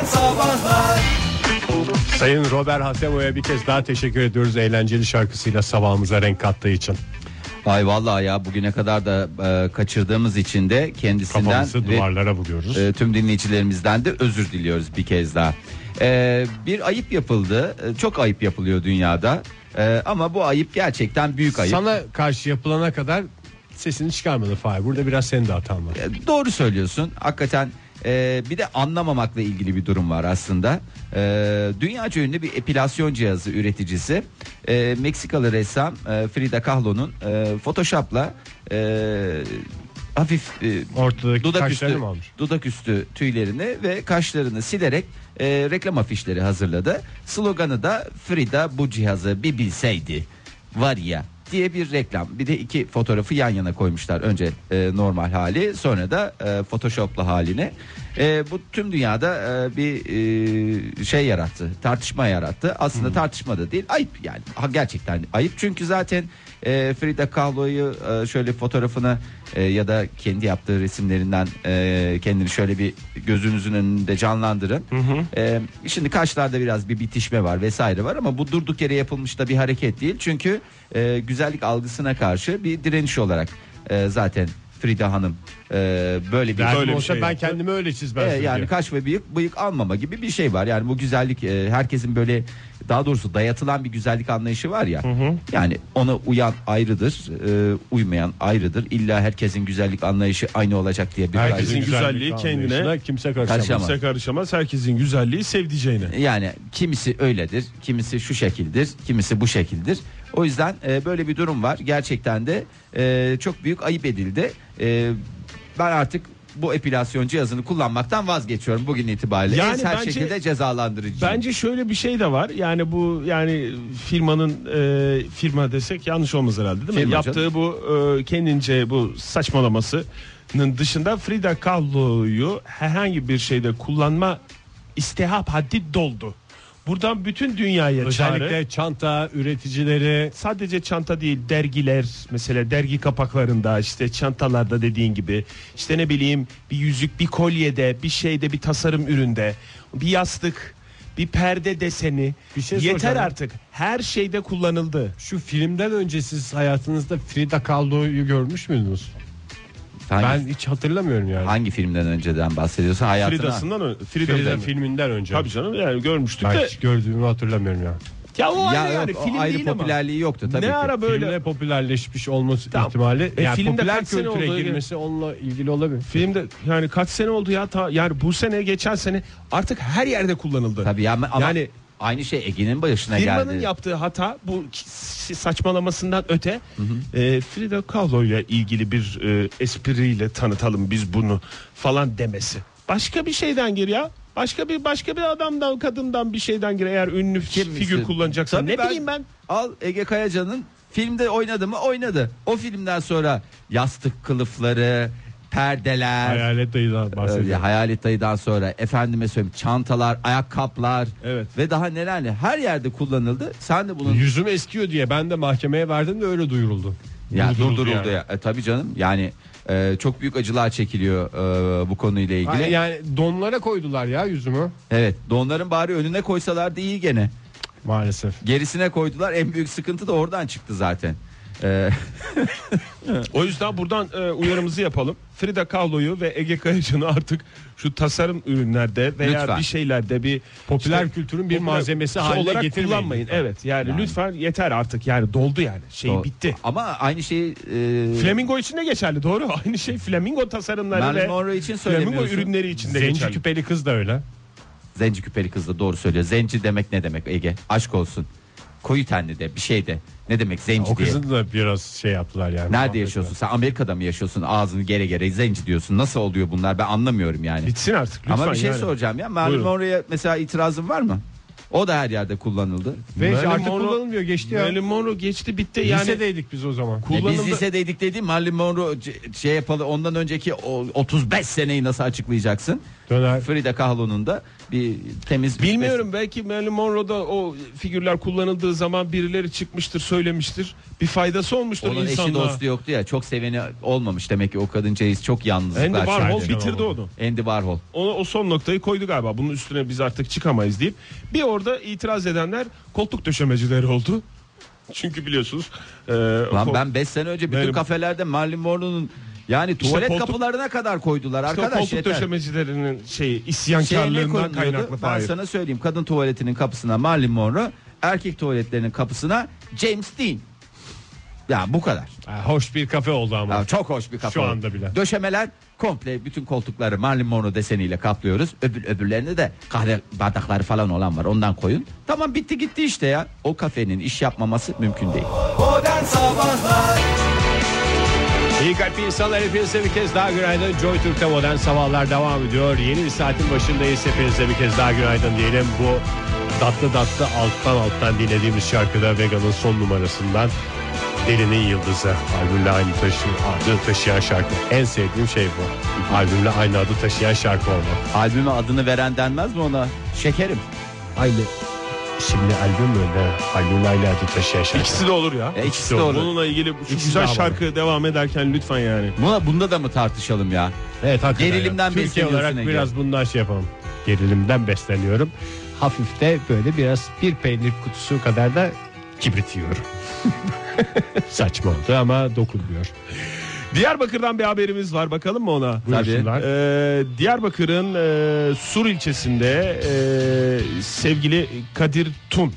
Sabahlar. Sayın Robert Hasemo'ya bir kez daha teşekkür ediyoruz eğlenceli şarkısıyla sabahımıza renk kattığı için. Ay vallahi ya, bugüne kadar da kaçırdığımız için de kendisinden Kafamızı duvarlara vuruyoruz. tüm dinleyicilerimizden de özür diliyoruz bir kez daha. Bir ayıp yapıldı. Çok ayıp yapılıyor dünyada. Ama bu ayıp gerçekten büyük ayıp. Sana karşı yapılana kadar sesini çıkarmadı Fahir. Burada biraz senin de hatan var. Doğru söylüyorsun. Hakikaten bir de anlamamakla ilgili bir durum var aslında. Dünyaca ünlü bir epilasyon cihazı üreticisi Meksikalı ressam Frida Kahlo'nun Photoshop'la hafif Ortadaki kaşlarını mı almış? dudak üstü tüylerini ve kaşlarını silerek reklam afişleri hazırladı. Sloganı da Frida bu cihazı bir bilseydi var ya diye bir reklam. Bir de iki fotoğrafı yan yana koymuşlar. Önce normal hali, sonra da Photoshop'la halini. Bu tüm dünyada bir şey yarattı. Tartışma yarattı. Aslında tartışma da değil. Ayıp yani. Gerçekten ayıp. Çünkü zaten Frida Kahlo'yu şöyle fotoğrafını ya da kendi yaptığı resimlerinden kendini şöyle bir gözünüzün önünde canlandırın. Şimdi kaşlarda biraz bir bitişme var vesaire var ama bu durduk yere yapılmış da bir hareket değil. Çünkü güzellik algısına karşı bir direniş olarak zaten Frida Hanım böyle bir şey ben kendimi öyle çizmezdim yani diyor. kaş ve bıyık almama gibi bir şey var. Yani bu güzellik herkesin böyle, daha doğrusu dayatılan bir güzellik anlayışı var ya. Yani ona uyan ayrıdır, uymayan ayrıdır. İlla herkesin güzellik anlayışı aynı olacak diye bir Herkesin ayrı. güzelliği kendine kimse karışamaz. Karışamaz. kimse karışamaz. Herkesin güzelliği sevdiceğine. Yani kimisi öyledir, kimisi şu şekildir, kimisi bu şekildir. O yüzden böyle bir durum var. Gerçekten de çok büyük ayıp edildi. Ben artık bu epilasyon cihazını kullanmaktan vazgeçiyorum bugün itibariyle. Yani Her bence- şekilde cezalandırıcı. Bence şöyle bir şey de var. Yani bu firmanın firma desek yanlış olmaz herhalde değil mi? Firma Yaptığı canım. bu kendince bu saçmalamasının dışında Frida Kahlo'yu herhangi bir şeyde kullanma istihap haddi doldu. Buradan bütün dünyaya çağrı. Özellikle çanta üreticileri, Sadece çanta değil, dergiler, mesela dergi kapaklarında, işte çantalarda dediğin gibi, işte ne bileyim bir yüzük, bir kolyede, bir şeyde, bir tasarım üründe, bir yastık, bir perde deseni, Bir şey yeter soracağım. artık, her şeyde kullanıldı. şu filmden önce siz hayatınızda Frida Kahlo'yu görmüş müydünüz? Ben hiç hatırlamıyorum yani. Hangi filmden önceden bahsediyorsun hayatına? Frida filminden önce. Tabii canım, yani görmüştük Ben de. hiç gördüğümü hatırlamıyorum ya. Ya o Ya ayrı, yani yok, o film ayrı değil ama. popülerliği yoktu tabii Ne ki. ara böyle Filmde popülerleşmiş olması Tamam. ihtimali. Yani filmde popüler kaç sene kültüre oldu? girmesi onunla ilgili olabilir. filmde, yani kaç sene oldu ya, yani bu sene, geçen sene artık her yerde kullanıldı. Tabii ya, ama yani aynı şey Ege'nin başına firmanın geldi. yaptığı hata bu saçmalamasından öte Frida Kahlo ile ilgili bir espriyle tanıtalım biz bunu falan demesi. Başka bir şeyden gir ya. Başka bir adamdan, kadından, bir şeyden gir, eğer ünlü figür kullanacaksan. Tabii Ne bileyim ben. Al, Ege Kayacan'ın filmde oynadı mı oynadı. O filmden sonra yastık kılıfları, perdeler, Hayalet dayıdan bahsediyor. Hayalet dayıdan sonra efendime söyleyeyim çantalar, ayakkabılar, Evet. ve daha neler her yerde kullanıldı. Sen de bunun Yüzüm eskiyor diye ben de mahkemeye verdim de öyle duyuruldu. durduruldu yani. ya. Tabii canım, yani çok büyük acılar çekiliyor bu konuyla ilgili. Yani donlara koydular ya yüzümü. Evet, donların bari önüne koysalardı iyi gene. Maalesef. Gerisine koydular. En büyük sıkıntı da oradan çıktı zaten. O yüzden buradan uyarımızı yapalım. Frida Kahlo'yu ve Ege Kayacan'ı artık şu tasarım ürünlerde veya Lütfen. bir şeylerde bir Popüler kültürün bir malzemesi haline olarak getirmeyin. kullanmayın. Evet, yani lütfen, yeter artık, yani doldu yani. Bitti. Ama aynı şeyi Flamingo için de geçerli, doğru. Aynı şey flamingo tasarımları Marilyn ve Monroe için flamingo söylemiyorsun. ürünleri için de Zenci geçerli. küpeli kız da öyle. Zenci küpeli kız da doğru söylüyor. Zenci demek ne demek Ege? Aşk olsun. Koyu tenli de bir şey de. Ne demek zenci O diye? kızın da biraz şey yaptılar yani. Nerede yaşıyorsun? Sen Amerika'da mı yaşıyorsun? Ağzını gere gere zenci diyorsun. Nasıl oluyor bunlar? Ben anlamıyorum yani. Bitsin artık lütfen. Ama bir şey yani. soracağım ya. Marilyn Buyurun. Monroe'ya mesela itirazın var mı? O da her yerde kullanıldı. Ve Marilyn artık Monroe- kullanılmıyor, geçti ya. Marilyn Monroe geçti bitti yani. Lisedeydik biz o zaman. Biz Kullanıldı. lisedeydik dediğim Marilyn Monroe şey yapalım, ondan önceki 35 seneyi nasıl açıklayacaksın? Döner. Frida Kahlo'nun da bir temiz Bilmiyorum, belki Marilyn Monroe'da o figürler kullanıldığı zaman birileri çıkmıştır, söylemiştir. Bir faydası olmuştur onun eşi insanlığa. dostu yoktu ya, çok seveni olmamış demek ki o kadıncağız, çok Andy yalnızlıklar Warhol çekti. bitirdi onu. Andy Warhol. O son noktayı koydu galiba. Bunun üstüne biz artık çıkamayız deyip. Bir orada itiraz edenler koltuk döşemecileri oldu. Çünkü biliyorsunuz. Lan ben 5 sene önce bütün Benim- kafelerde Marilyn Monroe'nun yani tuvalet koltuk- kapılarına kadar koydular İşte o arkadaş, koltuk yeter. döşemecilerinin Şey ne isyankarlığından koyuluyordu? kaynaklı. Ben Fahir. sana söyleyeyim, kadın tuvaletinin kapısına Marilyn Monroe, erkek tuvaletlerinin kapısına James Dean. Ya bu kadar. Hoş bir kafe oldu ama. Ya çok hoş bir kafa. Şu oldu. anda bile. Döşemeler komple, bütün koltukları Marilyn Monroe deseniyle kaplıyoruz. Öbürlerine de kahve bardakları falan olan var, ondan koyun. Tamam, bitti gitti işte ya. O kafenin iş yapmaması mümkün değil. İyi kalpli insanlar, hepinize bir kez daha günaydın. Joy Türk'te modern sabahlar devam ediyor. Yeni bir saatin başındayız. Hepinize bir kez daha günaydın diyelim. Bu tatlı alttan dinlediğimiz şarkıda Vega'nın son numarasından Delinin Yıldızı. Albümle aynı adı taşıyan şarkı. En sevdiğim şey bu. Albümle aynı adı taşıyan şarkı olmak. Albüme adını veren denmez mi ona? Şekerim. Aynı. Şimdi albüm öyle. Albümle aynı adı taşıyan şarkı. İkisi de olur ya. İkisi de olur. Bununla ilgili şu İkisi güzel de şarkı devam ederken lütfen yani. Bunda da mı tartışalım ya? Evet, hakikaten. Gerilimden Türkiye besleniyorsun olarak Ege. biraz bundan şey yapalım. Gerilimden besleniyorum. Hafif de böyle biraz bir peynir kutusu kadar da kibrit yiyorum. Saçma oldu ama dokunmuyor. Diyarbakır'dan bir haberimiz var, bakalım mı ona? Buyursunlar. Diyarbakır'ın Sur ilçesinde sevgili Kadir Tun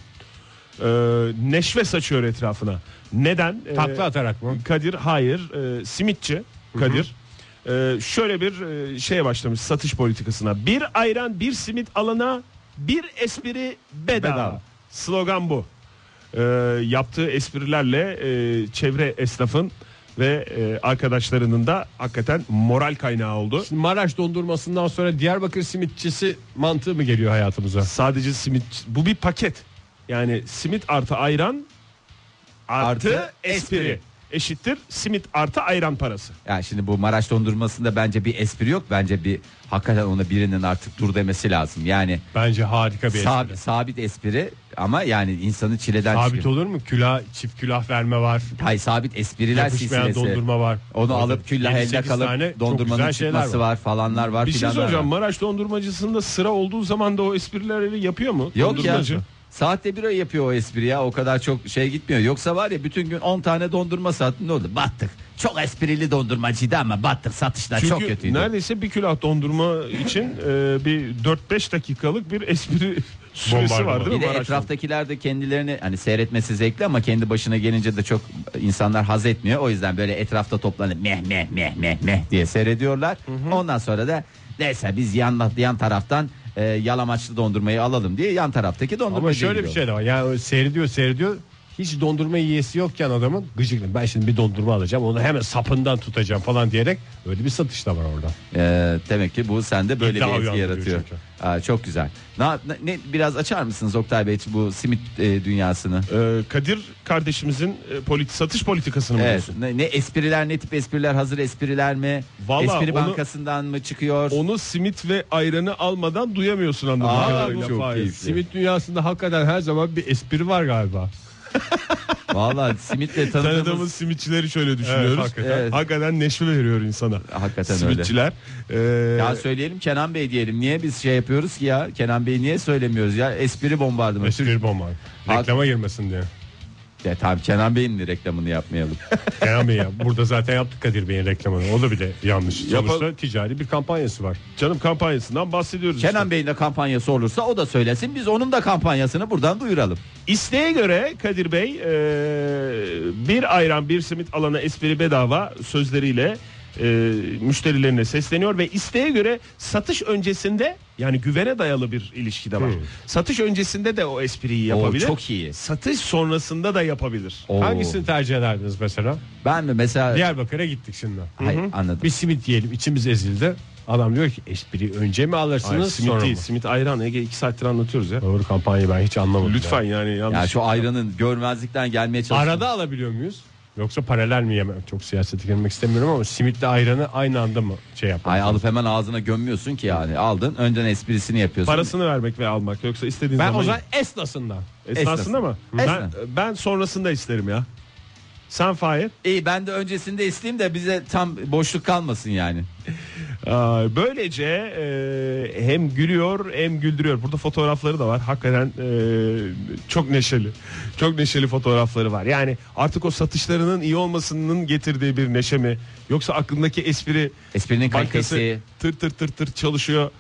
neşve saçıyor etrafına. Neden? Takla atarak mı? Kadir hayır, simitçi Kadir. Şöyle bir şeye başlamış, satış politikasına. Bir ayran bir simit alana bir espri bedava. Slogan bu. Yaptığı esprilerle çevre esnafın ve arkadaşlarının da hakikaten moral kaynağı oldu. Şimdi Maraş dondurmasından sonra Diyarbakır simitçisi mantığı mı geliyor hayatımıza? Sadece simit, bu bir paket. Yani simit artı ayran artı espri eşittir simit artı ayran parası. Ya şimdi bu Maraş dondurmasında bence bir espri yok. Bence bir hakikaten ona birinin artık dur demesi lazım. Yani Bence harika bir espri. sabit espri ama yani insanı çileden Sabit çıkıyor. olur mu? Çift külah verme var. Hayır, sabit espriler Yapışmayan silsilesi. dondurma var. Onu Orada alıp külah 7-8 elde tane kalıp çok dondurmanın güzel şeyler çıkması var falanlar var. Bir şey filanlar soracağım, var. Maraş dondurmacısında sıra olduğu zaman da o esprileri yapıyor mu? Yok ya. Dondurmacı. Saatte bir ay yapıyor o espri ya. O kadar çok şey gitmiyor. Yoksa var ya, bütün gün 10 tane dondurma sattı, ne oldu? Battık. Çok esprili dondurmacıydı ama battık. Satışlar çok Çünkü kötüydü. neredeyse bir külah dondurma için bir 4-5 dakikalık bir espri süresi var değil Bir mi de Maraş'ta? etraftakiler de kendilerini, hani seyretmesi zevkli ama kendi başına gelince de çok insanlar haz etmiyor. O yüzden böyle etrafta toplanıp meh meh meh meh meh diye seyrediyorlar. Ondan sonra da neyse biz yan taraftan yalamaçlı dondurmayı alalım diye yan taraftaki dondurmayı Ama şöyle bir şey de var. Yani seyrediyor. Hiç dondurma yiyesi yokken adamın gıcıklı. Ben şimdi bir dondurma alacağım, onu hemen sapından tutacağım falan diyerek öyle bir satış da var orada. Demek ki bu sende böyle İddia bir etki uyandırıyor yaratıyor. çünkü. Çok güzel. Ne biraz açar mısınız Oktay Bey bu simit dünyasını? Kadir kardeşimizin satış politikasını mı Evet. diyorsun? Ne espriler, ne tip espriler, hazır espriler mi? Vallahi Espri onu- bankasından mı çıkıyor? Onu simit ve ayranı almadan duyamıyorsun anladığım Aa, kadarıyla. çok Fahir. keyifli. Simit dünyasında hakikaten her zaman bir espri var galiba. Vallahi simitle Tanıdığımız tanıdığımız simitçileri şöyle düşünüyoruz. Evet, hakikaten. Evet. Hakikaten neşve veriyor insana. hakikaten Simitçiler. Ya söyleyelim Kenan Bey diyelim. Niye biz şey yapıyoruz ki ya? Kenan Bey niye söylemiyoruz ya? Espri bombardımanı. Espri bomba. Reklama girmesin diye. Ya tabii Kenan Bey'in de reklamını yapmayalım. Kenan Bey ya, burada zaten yaptık Kadir Bey'in reklamını. O da bile yanlış. Sonuçta Yapalım. ticari bir kampanyası var. Canım kampanyasından bahsediyoruz. Kenan işte. Bey'in de kampanyası olursa o da söylesin. Biz onun da kampanyasını buradan duyuralım. İsteğe göre Kadir Bey bir ayran bir simit alana espri bedava sözleriyle müşterilerine sesleniyor ve isteğe göre satış öncesinde, yani güvene dayalı bir ilişki de var. Satış öncesinde de o espriyi yapabilir. çok iyi. Satış sonrasında da yapabilir. Oo. Hangisini tercih ederdiniz mesela? Ben mi mesela? Diyarbakır'a gittik şimdi. Hayır, anladım. Bir simit yiyelim, içimiz ezildi. Adam diyor ki espri önce mi alırsınız simit sonra değil, mı? simit ayran. Ege 2 saattir anlatıyoruz ya. Doğru, kampanyayı ben hiç anlamadım. Lütfen yani yanlış. Ya şu ayranın görmezlikten gelmeye çalışıyor. Arada alabiliyor muyuz? Yoksa paralel mi yemem? Çok siyasete girmek istemiyorum ama simitle ayranı aynı anda mı şey yapalım? Ay alıp hemen ağzına gömmüyorsun ki yani. Aldın önden esprisini yapıyorsun. Parasını vermek ve almak, yoksa istediğin Ben zaman. o zaman esnasından. Esnasında mı? Esna. Ben sonrasında isterim ya. Sen Fahir. İyi, ben de öncesinde isteyeyim de bize tam boşluk kalmasın yani. Böylece hem gülüyor hem güldürüyor. Burada fotoğrafları da var. Hakikaten çok neşeli. Çok neşeli fotoğrafları var. Yani artık o satışlarının iyi olmasının getirdiği bir neşe mi? Yoksa aklındaki Esprinin bankası kalitesi. tır çalışıyor.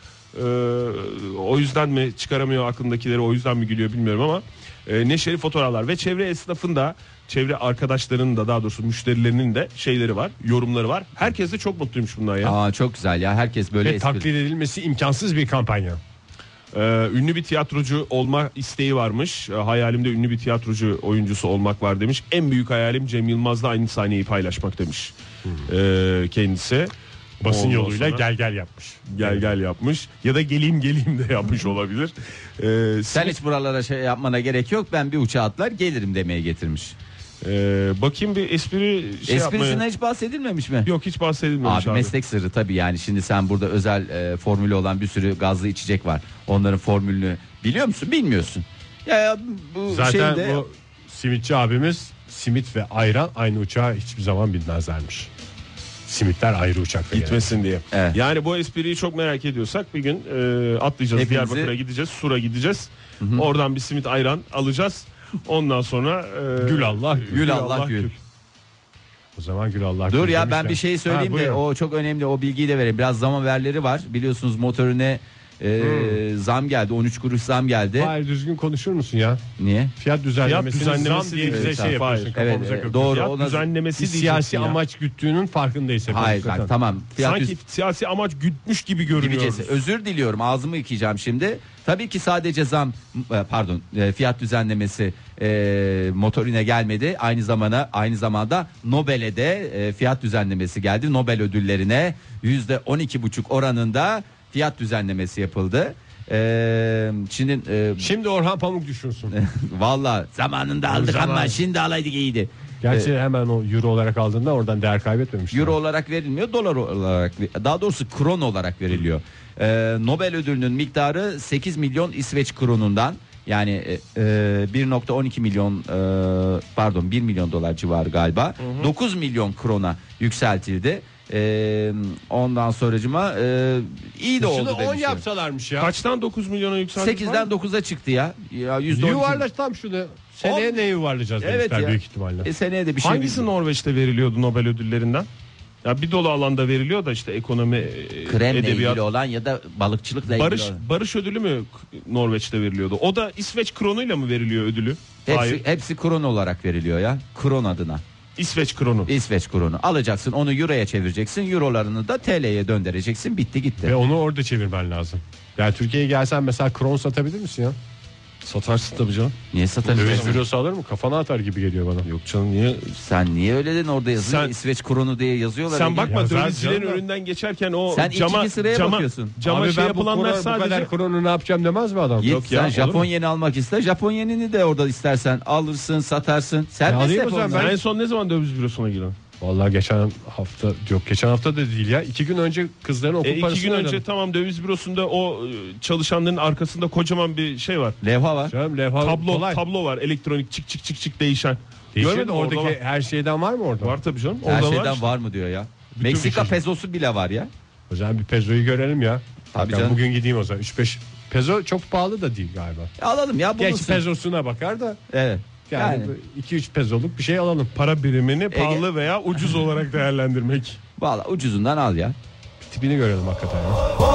O yüzden mi çıkaramıyor aklındakileri, o yüzden mi gülüyor bilmiyorum ama neşeli fotoğraflar ve çevre esnafında, çevre arkadaşlarının da, daha doğrusu müşterilerinin de şeyleri var, yorumları var. Herkes de çok mutluymuş bundan ya. Aa, çok güzel ya, herkes böyle Ve taklit edilmesi imkansız bir kampanya. Ünlü bir tiyatrocu olma isteği varmış. Hayalimde ünlü bir tiyatrocu oyuncusu olmak var demiş. En büyük hayalim Cem Yılmaz'la aynı sahneyi paylaşmak demiş. Kendisi. Basın Ondan yoluyla sonra gel yapmış. gel yapmış ya da geleyim de yapmış olabilir. Sen hiç buralara şey yapmana gerek yok, ben bir uçağa atlar gelirim demeye getirmiş. Bakayım bir espri Esprisinden yapmaya. hiç bahsedilmemiş mi? Yok, hiç bahsedilmemiş Abi meslek sırrı tabii, yani şimdi sen burada özel formülü olan bir sürü gazlı içecek var. Onların formülünü biliyor musun? Bilmiyorsun. Ya bu Zaten şeyde bu simitçi abimiz simit ve ayran aynı uçağa hiçbir zaman binmezlermiş. Simitler ayrı uçakta Gitmesin diye. Evet. Yani bu espriyi çok merak ediyorsak bir gün atlayacağız, Hepimizi- Diyarbakır'a gideceğiz, Sur'a gideceğiz. Oradan bir simit ayran alacağız. Ondan sonra Gül Allah gül. Gül Allah gül. O zaman gül Allah Dur gül ya, demişler. ben bir şey söyleyeyim Ha, de buyurun. o çok önemli, o bilgiyi de vereyim. Biraz zam haberleri var. Biliyorsunuz motorine zam geldi, 13 kuruş zam geldi. Hayır, düzgün konuşur musun ya? Niye? Fiyat düzenlemesi zam düzenlemesi diye değil. bize Evet, şey hayır. yapıyorsun, Evet, kafamıza kakıyorsun. doğru. fiyat ona- düzenlemesi Bir diyeceksin siyasi ya. amaç güttüğünün farkındayız. hepimiz Hayır zaten. bak, tamam. Fiyat Sanki siyasi amaç gütmüş gibi görünüyor. Gibicesi. Özür diliyorum, ağzımı yıkayacağım şimdi. Tabii ki sadece zam, fiyat düzenlemesi motorine gelmedi. Aynı zamanda Nobel'e de fiyat düzenlemesi geldi. Nobel ödüllerine %12,5 oranında fiyat düzenlemesi yapıldı. Şimdi Orhan Pamuk düşünsün. Valla zamanında aldık zaman- ama şimdi alaydık iyiydi. Gerçi hemen o euro olarak aldığında oradan değer kaybetmemiş. Euro olarak verilmiyor, dolar olarak, daha doğrusu kron olarak veriliyor. Nobel ödülünün miktarı 8 milyon İsveç kronundan, yani 1.12 milyon 1 milyon dolar civarı galiba. 9 milyon krona yükseltildi. Ondan sonracıma iyi de oldu Şimdi 10 demişler. yapsalarmış ya. Kaçtan 9 milyona yükseldi? 8'den 9'a çıktı ya. %12. Yuvarlaş tam şunu. Seneye ne yuvarlayacağız Evet demişler ya. büyük ihtimalle. Seneye de bir şey Hangisi Norveç'te veriliyordu Nobel ödüllerinden? Ya bir dolu alanda veriliyor da işte ekonomi, kremle edebiyat. ilgili olan ya da balıkçılıkla ilgili olan. Barış ödülü mü Norveç'te veriliyordu? O da İsveç kronuyla mı veriliyor ödülü? Hayır. Hepsi kron olarak veriliyor ya. Kron adına. İsveç kronu. İsveç kronu. Alacaksın, onu euroya çevireceksin. Eurolarını da TL'ye döndüreceksin. Bitti gitti. Ve onu orada çevirmen lazım. Yani Türkiye'ye gelsen mesela kron satabilir misin ya? Satarsın tabii canım. Niye satarsın? Döviz bürosu alır mı? Kafana atar gibi geliyor bana. Yok canım, niye? Sen niye öyle dedin, orada yazıyor Sen- İsveç kronu diye yazıyorlar. Sen Ege. bakma, Yazar dövizcilerin canım da. önünden geçerken o Sen ikinci sıraya bakıyorsun. Cama Abi şey ben bu yapılanlar bu sadece kadar kronu ne yapacağım demez mi adam? Git Yok ya, sen olur Japon mu? yeni almak iste. Japon yenini de orada istersen alırsın, satarsın. Serbest alayım yap o zaman onları. Ben en son ne zaman döviz bürosuna girdin? Vallahi geçen hafta da değil ya. 2 gün önce kızların okul 2 parasını gün önce ödedim. tamam, döviz bürosunda o çalışanların arkasında kocaman bir şey var. Levha var. Canım, levha kolay. Tablo var, elektronik çık değişen. Değişir Görmedin mi? mi? Orada Oradaki her şeyden var mı orada? var tabii canım. Her Orada şeyden var. var mı diyor ya. Meksika bir şey. pezosu bile var ya. O zaman bir pezoyu görelim ya. Tabii Ben canım. bugün gideyim o zaman. 3-5 pezo çok pahalı da değil galiba. Alalım ya, Geç bulunsun. pezosuna bakar da Evet. yani, 2-3 pezoluk bir şey alalım. Para birimini pahalı veya ucuz olarak değerlendirmek. Valla ucuzundan al ya. Tipini görelim hakikaten ya.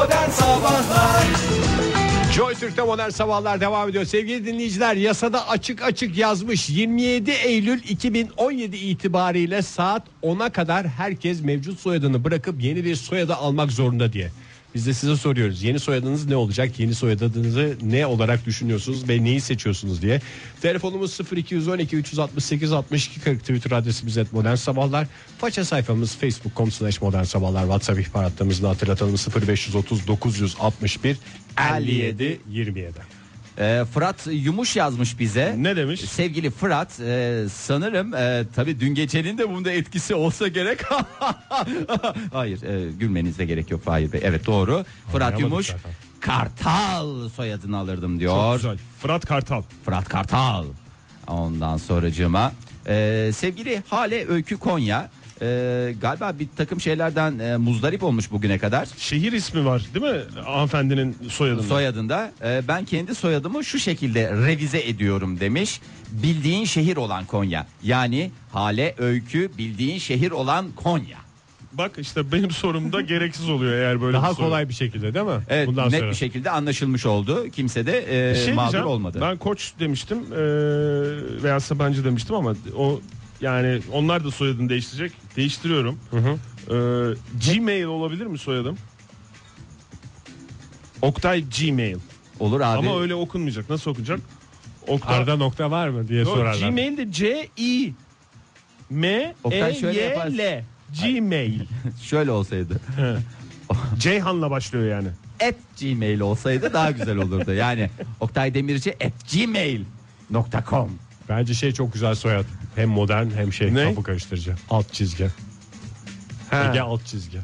Joy Türk'te modern sabahlar devam ediyor. Sevgili dinleyiciler, yasada açık yazmış. 27 Eylül 2017 itibariyle saat 10'a kadar herkes mevcut soyadını bırakıp yeni bir soyadı almak zorunda diye. Biz de size soruyoruz. Yeni soyadınız ne olacak? Yeni soyadınızı ne olarak düşünüyorsunuz ve neyi seçiyorsunuz diye. Telefonumuz 0212 368 62 40, Twitter adresimiz @modernsabahlar. Faça sayfamız facebook.com/modernsabahlar. WhatsApp ihbar hattımızı hatırlatalım, 0530 961 57 27. Fırat Yumuş yazmış bize. Ne demiş? Sevgili Fırat, sanırım tabii dün gecenin de bunda etkisi olsa gerek. Hayır, gülmenize gerek yok Fahir Bey. Evet, doğru. Fırat Yumuş zaten. Kartal soyadını alırdım diyor. Çok güzel. Fırat Kartal. Fırat Kartal. Ondan sonracığıma sevgili Hale Öykü Konya, galiba bir takım şeylerden muzdarip olmuş bugüne kadar. Şehir ismi var değil mi hanımefendinin soyadında? Soyadında ben kendi soyadımı şu şekilde revize ediyorum demiş. Bildiğin şehir olan Konya. Yani Hale Öykü bildiğin şehir olan Konya. Bak işte benim sorumda gereksiz oluyor eğer böyle Daha bir soru. kolay bir şekilde değil mi? Evet, Bundan net sonra. bir şekilde anlaşılmış oldu. Kimse de Şey mağdur diyeceğim, olmadı. Ben Koç demiştim veya Sabancı demiştim ama o yani onlar da soyadını değiştirecek. Değiştiriyorum. Gmail olabilir mi soyadım? Oktay Gmail. Olur abi. Ama öyle okunmayacak. Nasıl okunacak? Oktay. Arada nokta var mı diye Yok, sorarlar. Gmail de Oktay şöyle C-I-M-E-Y-L. Gmail. Şöyle olsaydı. Ceyhan'la başlıyor yani. @gmail olsaydı daha güzel olurdu. Yani Oktay Demirci @gmail.com. Bence çok güzel soyad. Hem modern hem Ne? kapı karıştırıcı. Alt çizgi. Ha. Ege alt çizgi.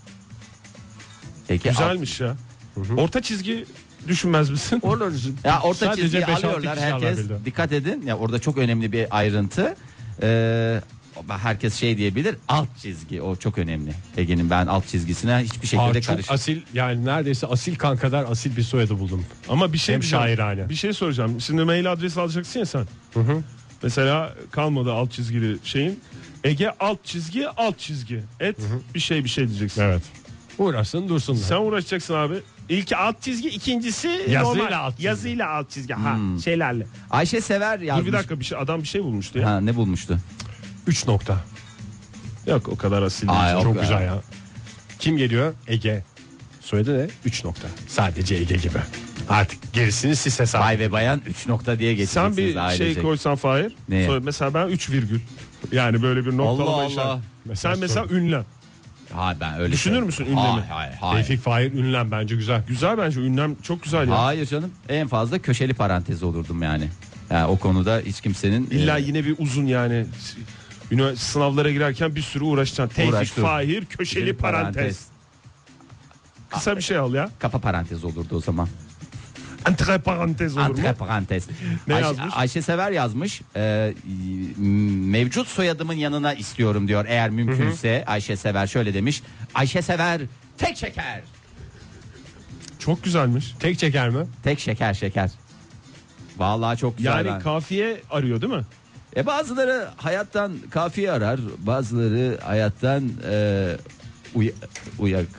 Peki, Güzelmiş ya. Orta çizgi düşünmez misin? Olur. ya orta Sadece çizgiyi 5-6 alıyorlar kişi herkes. alabildi. Dikkat edin. Ya orada çok önemli bir ayrıntı. Herkes şey diyebilir. Alt çizgi o çok önemli. Ege'nin ben alt çizgisine hiçbir şekilde Çok karışmam. asil, yani neredeyse asil kan kadar asil bir soyadı buldum. Ama bir şey Hem diyeceğim. şairane. Bir şey soracağım. Şimdi mail adresi alacaksın ya sen. Mesela kalmadı alt çizgili şeyin. Ege alt çizgi et bir şey diyeceksin. Evet. Uğraşsın dursun. Sen uğraşacaksın abi. İlki alt çizgi, ikincisi Yazıyla normal. alt çizgi. Yazıyla alt çizgi. Ha, şeylerle. Ayşe Sever yazmış. Dur bir dakika adam bir şey bulmuştu ya. Ha, ne bulmuştu? 3 nokta. Yok o kadar asil Ay, değil. o Çok be. güzel ya. Kim geliyor? Ege. Soyadı ne? 3 nokta. Sadece Ege gibi. Artık gerisini siz hesap. Bay ve bayan 3 nokta diye geçeceksiniz Sen bir ailecek. şey koysan Fahir. Neye? Mesela ben 3 virgül. Yani böyle bir noktalama Allah işareti. Allah. Sen mesela ünlem. Ha, ben öyle Düşünür söyleyeyim. müsün ünlemi? Hayır. Tevfik Fahir ünlem bence güzel. Güzel bence ünlem çok güzel ya. Hayır canım. En fazla köşeli parantezi olurdum yani. Yani o konuda hiç kimsenin İlla yine bir uzun yani. Üniversite sınavlara girerken bir sürü uğraşacaksın. Tevfik, Uğraştım. Fahir, köşeli parantez. Kısa bir şey al ya. kapa parantez olurdu o zaman. Antre parantez olur mu? Antre parantez. Ne Ayşe, yazmış? Ayşe Sever yazmış. Mevcut soyadımın yanına istiyorum diyor. Eğer mümkünse Ayşe Sever şöyle demiş. Ayşe Sever tek şeker. Çok güzelmiş. Tek çeker mi? Tek şeker. Vallahi çok güzel. Yani ben. kafiye arıyor değil mi? Bazıları hayattan kafiye arar. Bazıları hayattan uyak.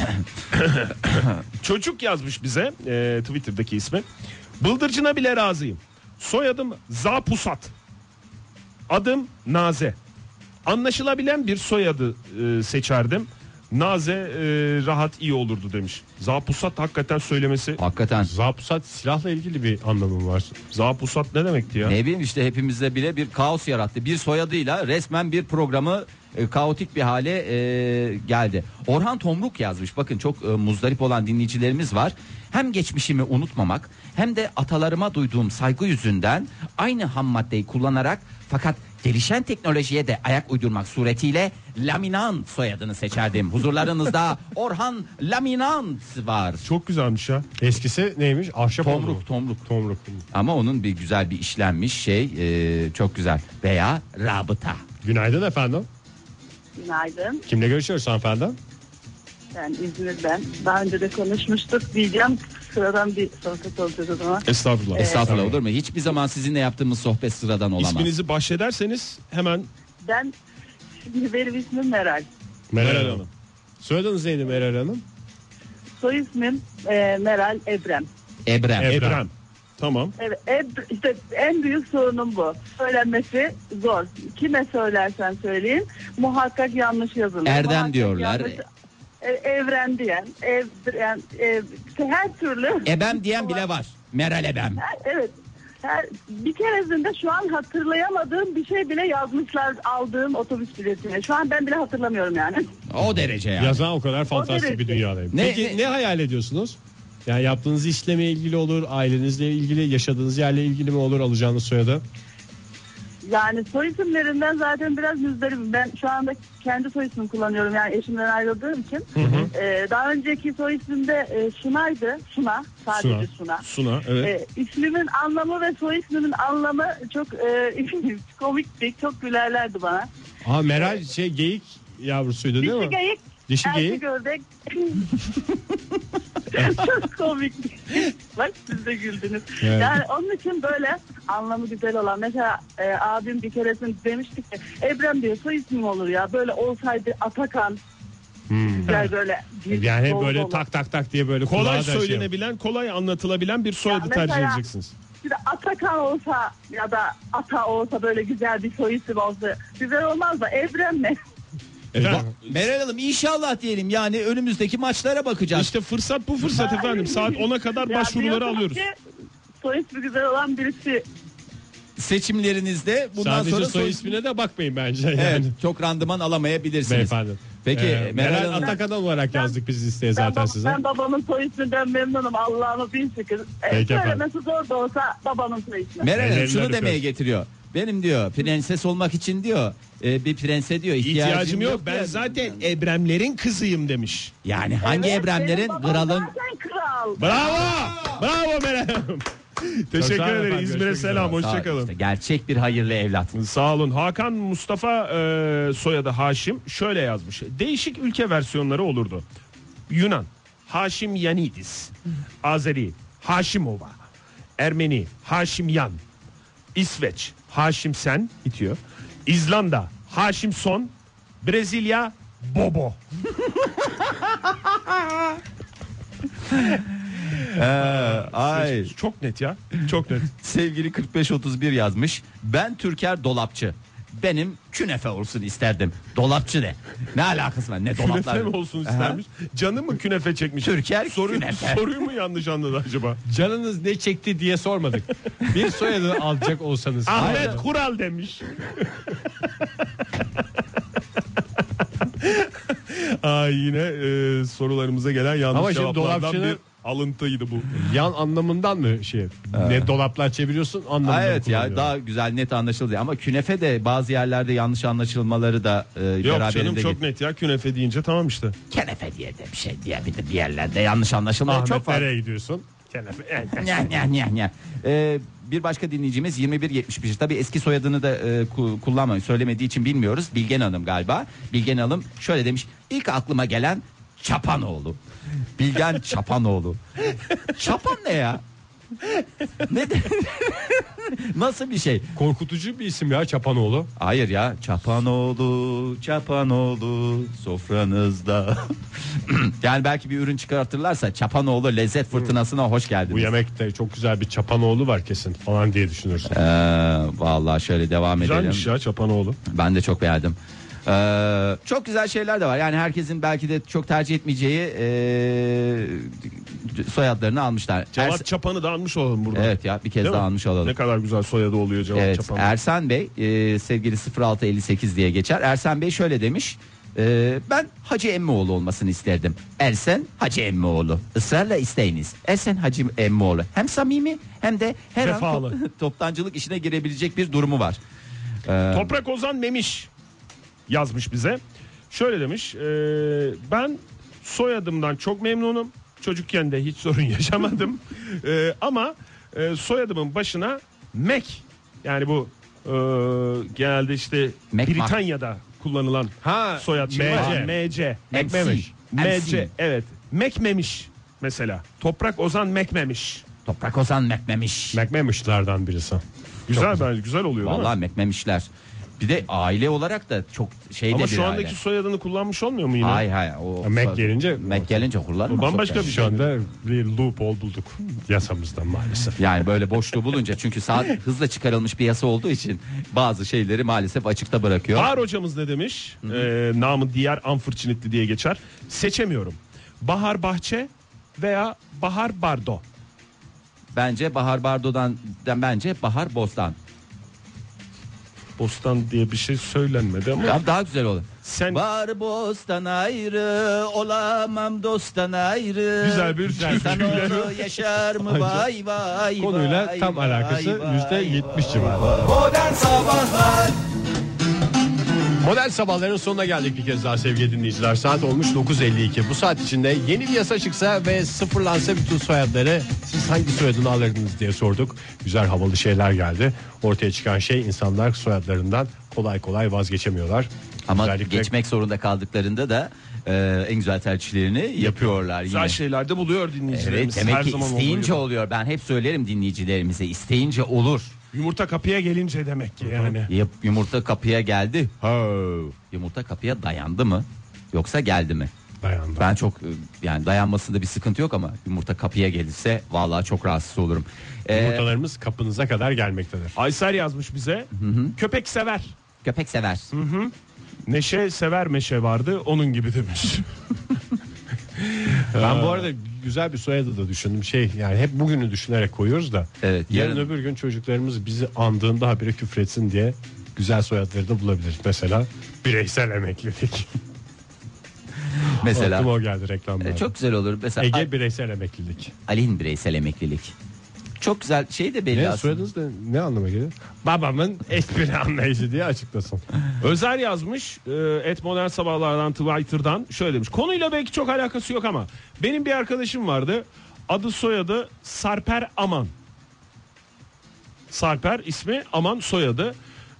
Çocuk yazmış bize Twitter'daki ismi. Bıldırcına bile razıyım. Soyadım Zapusat. Adım Naze. Anlaşılabilen bir soyadı seçerdim. Naze rahat iyi olurdu demiş. Zapusat hakikaten söylemesi. Hakikaten. Zapusat silahla ilgili bir anlamı var. Zapusat ne demekti ya? Ne bileyim işte hepimizde bile bir kaos yarattı. Bir soyadıyla resmen bir programı kaotik bir hale geldi. Orhan Tomruk yazmış. Bakın çok muzdarip olan dinleyicilerimiz var. Hem geçmişimi unutmamak hem de atalarıma duyduğum saygı yüzünden aynı ham maddeyi kullanarak fakat gelişen teknolojiye de ayak uydurmak suretiyle Laminant soyadını seçerdim. Huzurlarınızda Orhan Laminant var. Çok güzelmiş ya. Eskisi neymiş? Ahşap oldu mu? Tomruk. Ama onun bir güzel bir işlenmiş şey çok güzel. Veya rabıta. Günaydın efendim. Günaydın. Kimle görüşüyoruz hanımefendi? Ben İzmir'den. Daha önce de konuşmuştuk diyeceğim. Sıradan bir sohbet olacak ama. Estağfurullah. Estağfurullah, olur mu? Hiçbir zaman sizinle yaptığımız sohbet sıradan olamaz. İsminizi bahşederseniz hemen Ben şimdi benim ismim Meral. Meral Hanım. Soyadınız neydi Meral Hanım? Soy ismim Meral Ebrem. Ebrem. Ebrem. Tamam. Evet, işte en büyük sorunum bu. Söylenmesi zor. Kime söylersen söyleyeyim muhakkak yanlış yazılır. Erdem Muhakkak diyorlar. evren diyen, her türlü. Ebem diyen bile var. Meral Ebem. Evet. Bir keresinde şu an hatırlayamadığım bir şey bile yazmışlar aldığım otobüs biletine. Şu an ben bile hatırlamıyorum yani. O derece yani. Yazan o kadar fantastik bir dünyadayım. Peki ne hayal ediyorsunuz? Yani yaptığınız işle mi ilgili olur, ailenizle ilgili, yaşadığınız yerle ilgili mi olur alacağınız soyadı? Yani soy isimlerinden zaten biraz müzdaribim. Ben şu anda kendi soy ismimi kullanıyorum yani eşimden ayrıldığım için. Daha önceki soy ismim de Suna'ydı. Suna. Sadece Suna. Suna, evet. İsmimin anlamı ve soy ismimin anlamı çok komikti. Çok gülerlerdi bana. Meral geyik yavrusuydu değil mi? Dişi geyik. Dişi geyik. Ördek. Çok komik. Bak siz de güldünüz. Evet. Yani onun için böyle anlamı güzel olan. Mesela abim bir keresinde demişti ki Ebrem diye soy ismim olur ya. Böyle olsaydı Atakan. Güzel böyle. Yani böyle dolu. Tak diye böyle kolay söylenebilen, kolay anlatılabilen bir soyadı tercih edeceksiniz. Bir de Atakan olsa ya da Ata olsa böyle güzel bir soy isim olsa güzel olmaz da Ebrem ne? Meral Hanım inşallah diyelim yani önümüzdeki maçlara bakacağız. İşte fırsat bu fırsat efendim. Saat 10'a kadar başvuruları alıyoruz. Soy ismi güzel olan birisi. Seçimlerinizde bundan sadece sonra soy ismine de bakmayın bence. Yani. Evet, çok randıman alamayabilirsiniz. Beyefendi. Peki Meral Atakan olarak yazdık biz listeye zaten size. Ben babamın soy isminden memnunum. Allah'ıma bin şükür. Söylemesi zor da olsa babamın soy ismi. Meral Hanım şunu demeye getiriyor. Benim diyor prenses olmak için diyor bir prense diyor ihtiyacım yok. Ben zaten Ebremlerin kızıyım demiş. Yani hangi Ebremlerin kralın? Kral. Bravo Meral Hanım. Teşekkür ederim. İzmir'e selam. Hoşçakalın. İşte gerçek bir hayırlı evlat. Sağ olun. Hakan Mustafa soyadı Haşim şöyle yazmış. Değişik ülke versiyonları olurdu. Yunan Haşim Yanidis, Azeri Haşimova, Ermeni Haşimyan, İsveç Haşim Sen bitiyor. İzlanda Haşim Son, Brezilya Bobo. Ay. Çok net ya. Çok net. Sevgili 4531 yazmış. Ben Türker dolapçı. Benim künefe olsun isterdim. Dolapçı ne? Ne alakası var? Ne dolaplar? Künefe mi olsun istermiş? Canı mı künefe çekmiş? Türker künefe. Soruyu mu yanlış anladı acaba? Canınız ne çekti diye sormadık. Bir soyadı alacak olsanız. Ahmet Kural demiş. Yine sorularımıza gelen yanlış cevaplardan bir alıntıydı bu. Yan anlamından mı ne dolaplar çeviriyorsun anlamında. Evet ya daha güzel net anlaşıldı ama künefe de bazı yerlerde yanlış anlaşılmaları da yok canım çok net ya künefe deyince tamam işte. Künefe diye de bir şey diye bir yerlerde yanlış anlaşılmalar çok fazla. Nereye gidiyorsun? Künefe. Bir başka dinleyicimiz 2171 tabii eski soyadını da kullanmayı söylemediği için bilmiyoruz. Bilgen Hanım galiba. Bilgen Hanım şöyle demiş. İlk aklıma gelen Çapanoğlu. Bilgen Çapanoğlu. Çapan ne ya? Ne nasıl bir şey? Korkutucu bir isim ya Çapanoğlu. Hayır ya Çapanoğlu sofranızda. Yani belki bir ürün çıkartırlarsa Çapanoğlu lezzet fırtınasına hoş geldiniz. Bu yemekte çok güzel bir Çapanoğlu var kesin falan diye düşünürsün. Vallahi şöyle devam edelim. Güzelmiş ya Çapanoğlu. Ben de çok beğendim. Çok güzel şeyler de var. Yani herkesin belki de çok tercih etmeyeceği soyadlarını almışlar. Cevat Çapan'ı da almış olalım burada. Evet ya bir kez daha almış olalım. Ne kadar güzel soyadı oluyor Cevat Çapan. Ersen Bey sevgili 0658 diye geçer. Ersen Bey şöyle demiş. Ben Hacı Emmioğlu olmasını isterdim. Ersen Hacı Emmioğlu. Israrla isteyiniz. Ersen Hacı Emmioğlu. Hem samimi hem de her an toptancılık işine girebilecek bir durumu var. Toprak Ozan Memiş yazmış bize. Şöyle demiş. Ben soyadımdan çok memnunum. Çocukken de hiç sorun yaşamadım. Ama soyadımın başına Mac yani bu genelde işte Britanya'da kullanılan soyad MC. MC. Evet. Mekmemiş mesela. Toprak Ozan Mekmemiş. Toprak Ozan Mekmemiş. Mekmemişlerden birisi. Güzel oluyor. Vallahi Mekmemişler. Bir de aile olarak da çok şey de Ama bir şu aile. andaki soyadını kullanmış olmuyor mu yine? Hayır. O Mac gelince Mac gelince kullanmaz. O bambaşka Yani. bir şu anda bir loophole bulduk yasamızdan maalesef. Yani böyle boşluğu bulunca, çünkü saat hızla çıkarılmış bir yasa olduğu için bazı şeyleri maalesef açıkta bırakıyor. Bahar hocamız ne demiş? Namı diğer Anfırçinitli diye geçer. Seçemiyorum. Bahar Bahçe veya Bahar Bardo. Bence Bahar Bardo'dan bence Bahar Bostan. Bostan diye bir şey söylenmedi ama. Ya daha güzel olur. Sen Bahar Bostan ayrı, olamam dosttan ayrı. Güzel bir Sen türküyle. onu yaşar mı vay vay. Konuyla vay, tam vay, alakası vay. %70 civarı. Modern Sabahlar. Modern sabahların sonuna geldik bir kez daha sevgili dinleyiciler. Saat olmuş 9.52. Bu saat içinde yeni bir yasa çıksa ve sıfırlansa bütün soyadları siz hangi soyadını alırdınız diye sorduk. Güzel havalı şeyler geldi. Ortaya çıkan şey, insanlar soyadlarından kolay kolay vazgeçemiyorlar. Ama Özellikle geçmek zorunda kaldıklarında da en güzel tercihlerini yapıyorlar yine. güzel şeyler de buluyor Evet, dinleyicilerimiz. demek Her ki zaman isteyince olduğu gibi. oluyor. Ben hep söylerim dinleyicilerimize, isteyince olur. Yumurta kapıya gelince demek ki yani. Yumurta kapıya geldi. Yumurta kapıya dayandı mı? Yoksa geldi mi? dayandı. Ben çok yani dayanmasında bir sıkıntı yok ama yumurta kapıya gelirse vallahi çok rahatsız olurum. Yumurtalarımız kapınıza kadar gelmektedir. Aysel yazmış bize. Köpek sever. Köpek sever. Neşe sever meşe vardı onun gibi demiş. Ben bu arada güzel bir soyadı da düşündüm. Yani hep bugünü düşünerek koyuyoruz da. Evet, Yarın yarın- öbür gün çocuklarımız bizi andığında habire küfretsin diye güzel soyadları da bulabiliriz. Mesela bireysel emeklilik. Mesela Aklıma o geldi reklamlarda. çok güzel olur. Mesela Ege bireysel emeklilik. Ali'nin bireysel emeklilik. Çok güzel şey de belli Ne aslında. soyadınız da ne anlama geliyor? Babamın espri anlayışı diye açıklasın. Özer yazmış Modern Sabahlardan Twitter'dan şöyle demiş. Konuyla belki çok alakası yok ama benim bir arkadaşım vardı. Adı soyadı Sarper Aman. Sarper ismi, Aman soyadı.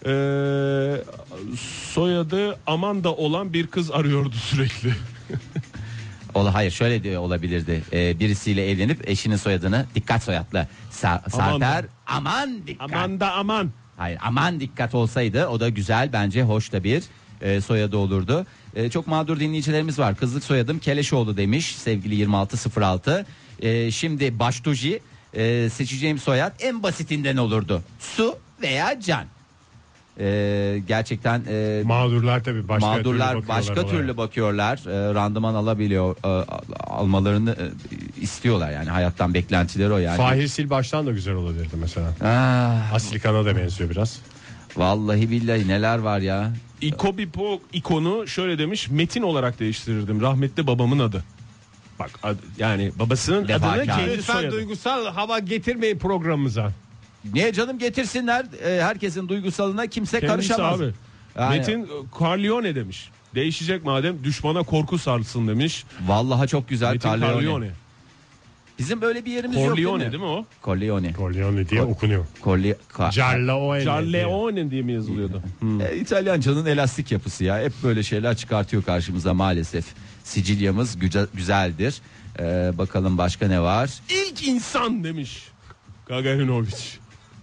Soyadı Aman da olan bir kız arıyordu sürekli. Hayır, şöyle de olabilirdi. Birisiyle evlenip eşinin soyadını dikkat soyadlı Sarper aman dikkat. Aman da aman. Hayır, aman dikkat olsaydı o da güzel, bence hoş da bir soyadı olurdu. Çok mağdur dinleyicilerimiz var. Kızlık soyadım Keleşoğlu demiş sevgili 2606. Şimdi Baştuji, seçeceğim soyad en basitinden olurdu. Su veya Can. Gerçekten Mağdurlar tabii başka türlü bakıyorlar. Randıman almalarını istiyorlar, yani hayattan beklentileri o yani. Fahir Silbaş'tan da güzel olabilirdi mesela. Aslikan'a da benziyor biraz. Vallahi billahi neler var ya. İkobipo ikonu şöyle demiş. Metin olarak değiştirirdim. Rahmetli babamın adı. Bak yani babasının Vefakar. adını kendi Lütfen soyadı. duygusal hava getirmeyin programımıza. Niye canım, getirsinler. Herkesin duygusalına kimse Kendisi karışamaz. abi. Yani, Metin Corleone demiş. Değişecek madem, düşmana korku sarsın demiş. vallahi çok güzel. Metin Corleone. Corleone. Bizim böyle bir yerimiz yok Corleone değil değil mi? mi o? Corleone. Corleone diye okunuyor. Carleone. Corleone diye mi yazılıyordu? İtalyancanın elastik yapısı ya. Hep böyle şeyler çıkartıyor karşımıza maalesef. Sicilyamız güzeldir. Bakalım başka ne var? İlk insan demiş Gagarinovic.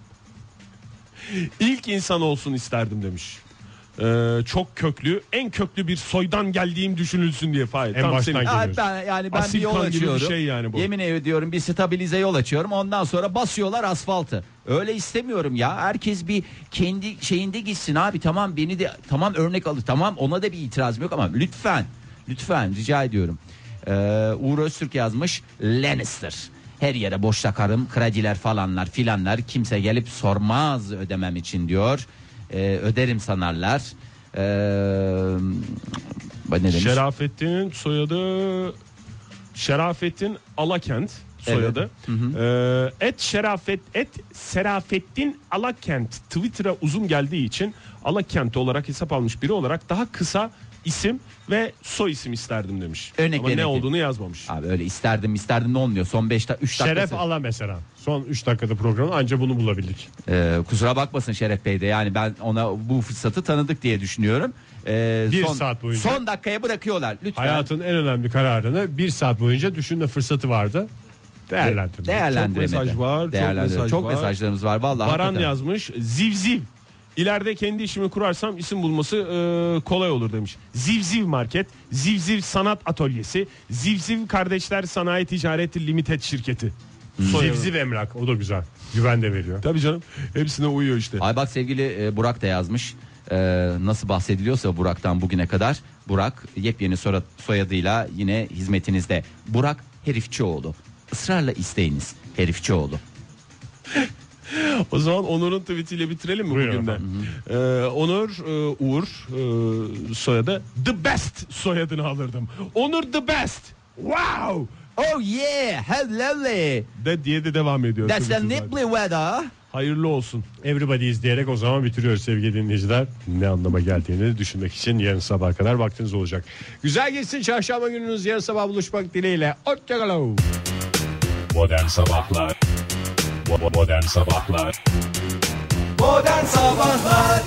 İlk insan olsun isterdim demiş. Çok köklü, en köklü bir soydan geldiğim düşünülsün diye. Fahir. En Tam baştan senin- geliyorsun. Ben Asil bir yol kan gibi bir açıyorum. şey yani bu. Yemin ediyorum bir stabilize yol açıyorum. Ondan sonra basıyorlar asfaltı. Öyle istemiyorum ya. Herkes bir kendi şeyinde gitsin abi. Tamam, beni de tamam örnek alır. Tamam, ona da bir itirazım yok ama lütfen rica ediyorum. Uğur Öztürk yazmış, Lannister. Her yere boş takarım, krediler falanlar filanlar, kimse gelip sormaz ödemem için diyor. Öderim sanarlar. Ne demiş? Şerafettin'in soyadı Şerafettin Alakent soyadı. Et Serafettin Alakent Twitter'a uzun geldiği için Alakent olarak hesap almış biri olarak daha kısa isim ve soy isim isterdim demiş. Ama ne olduğunu yazmamış. Abi öyle isterdim ne olmuyor. Son 3 dakika. Şeref Ala mesela. Son 3 dakikada programı anca bunu bulabildik. Kusura bakmasın Şeref Bey de, yani ben ona bu fırsatı tanıdık diye düşünüyorum. Saat boyunca. Son dakikaya bırakıyorlar lütfen. Hayatın en önemli kararını 1 saat boyunca düşünme fırsatı vardı. Değerlendirme. Değerlendiremedi. Çok mesaj var, çok Değerlendiremedi. mesaj Çok var. mesajlarımız var vallahi. Baran hakikaten. yazmış, zivziv İleride kendi işimi kurarsam isim bulması kolay olur demiş. Zivziv Market, Zivziv Sanat Atölyesi, Zivziv Kardeşler Sanayi Ticareti Limited Şirketi. Zivziv Emlak, o da güzel. Güven de veriyor. Tabii canım, hepsine uyuyor işte. Ay bak sevgili Burak da yazmış. Nasıl bahsediliyorsa Burak'tan bugüne kadar, Burak yepyeni soyadıyla yine hizmetinizde. Burak Herifçioğlu. Israrla isteyiniz Herifçioğlu. O zaman Onur'un tweetiyle bitirelim mi bugünden? Onur Uğur soyadı The Best soyadını alırdım. Onur The Best. Wow. Oh yeah, hello. Diye de devam ediyor. That's the nipply weather. Hayırlı olsun. Everybody izleyerek o zaman bitiriyoruz sevgili dinleyiciler. Ne anlama geldiğini düşünmek için yarın sabah kadar vaktiniz olacak. Güzel geçsin çarşamba gününüz, yarın sabah buluşmak dileğiyle. Hoşçakalın. Modern Sabahlar. Modern Sabahlar. Modern Sabahlar.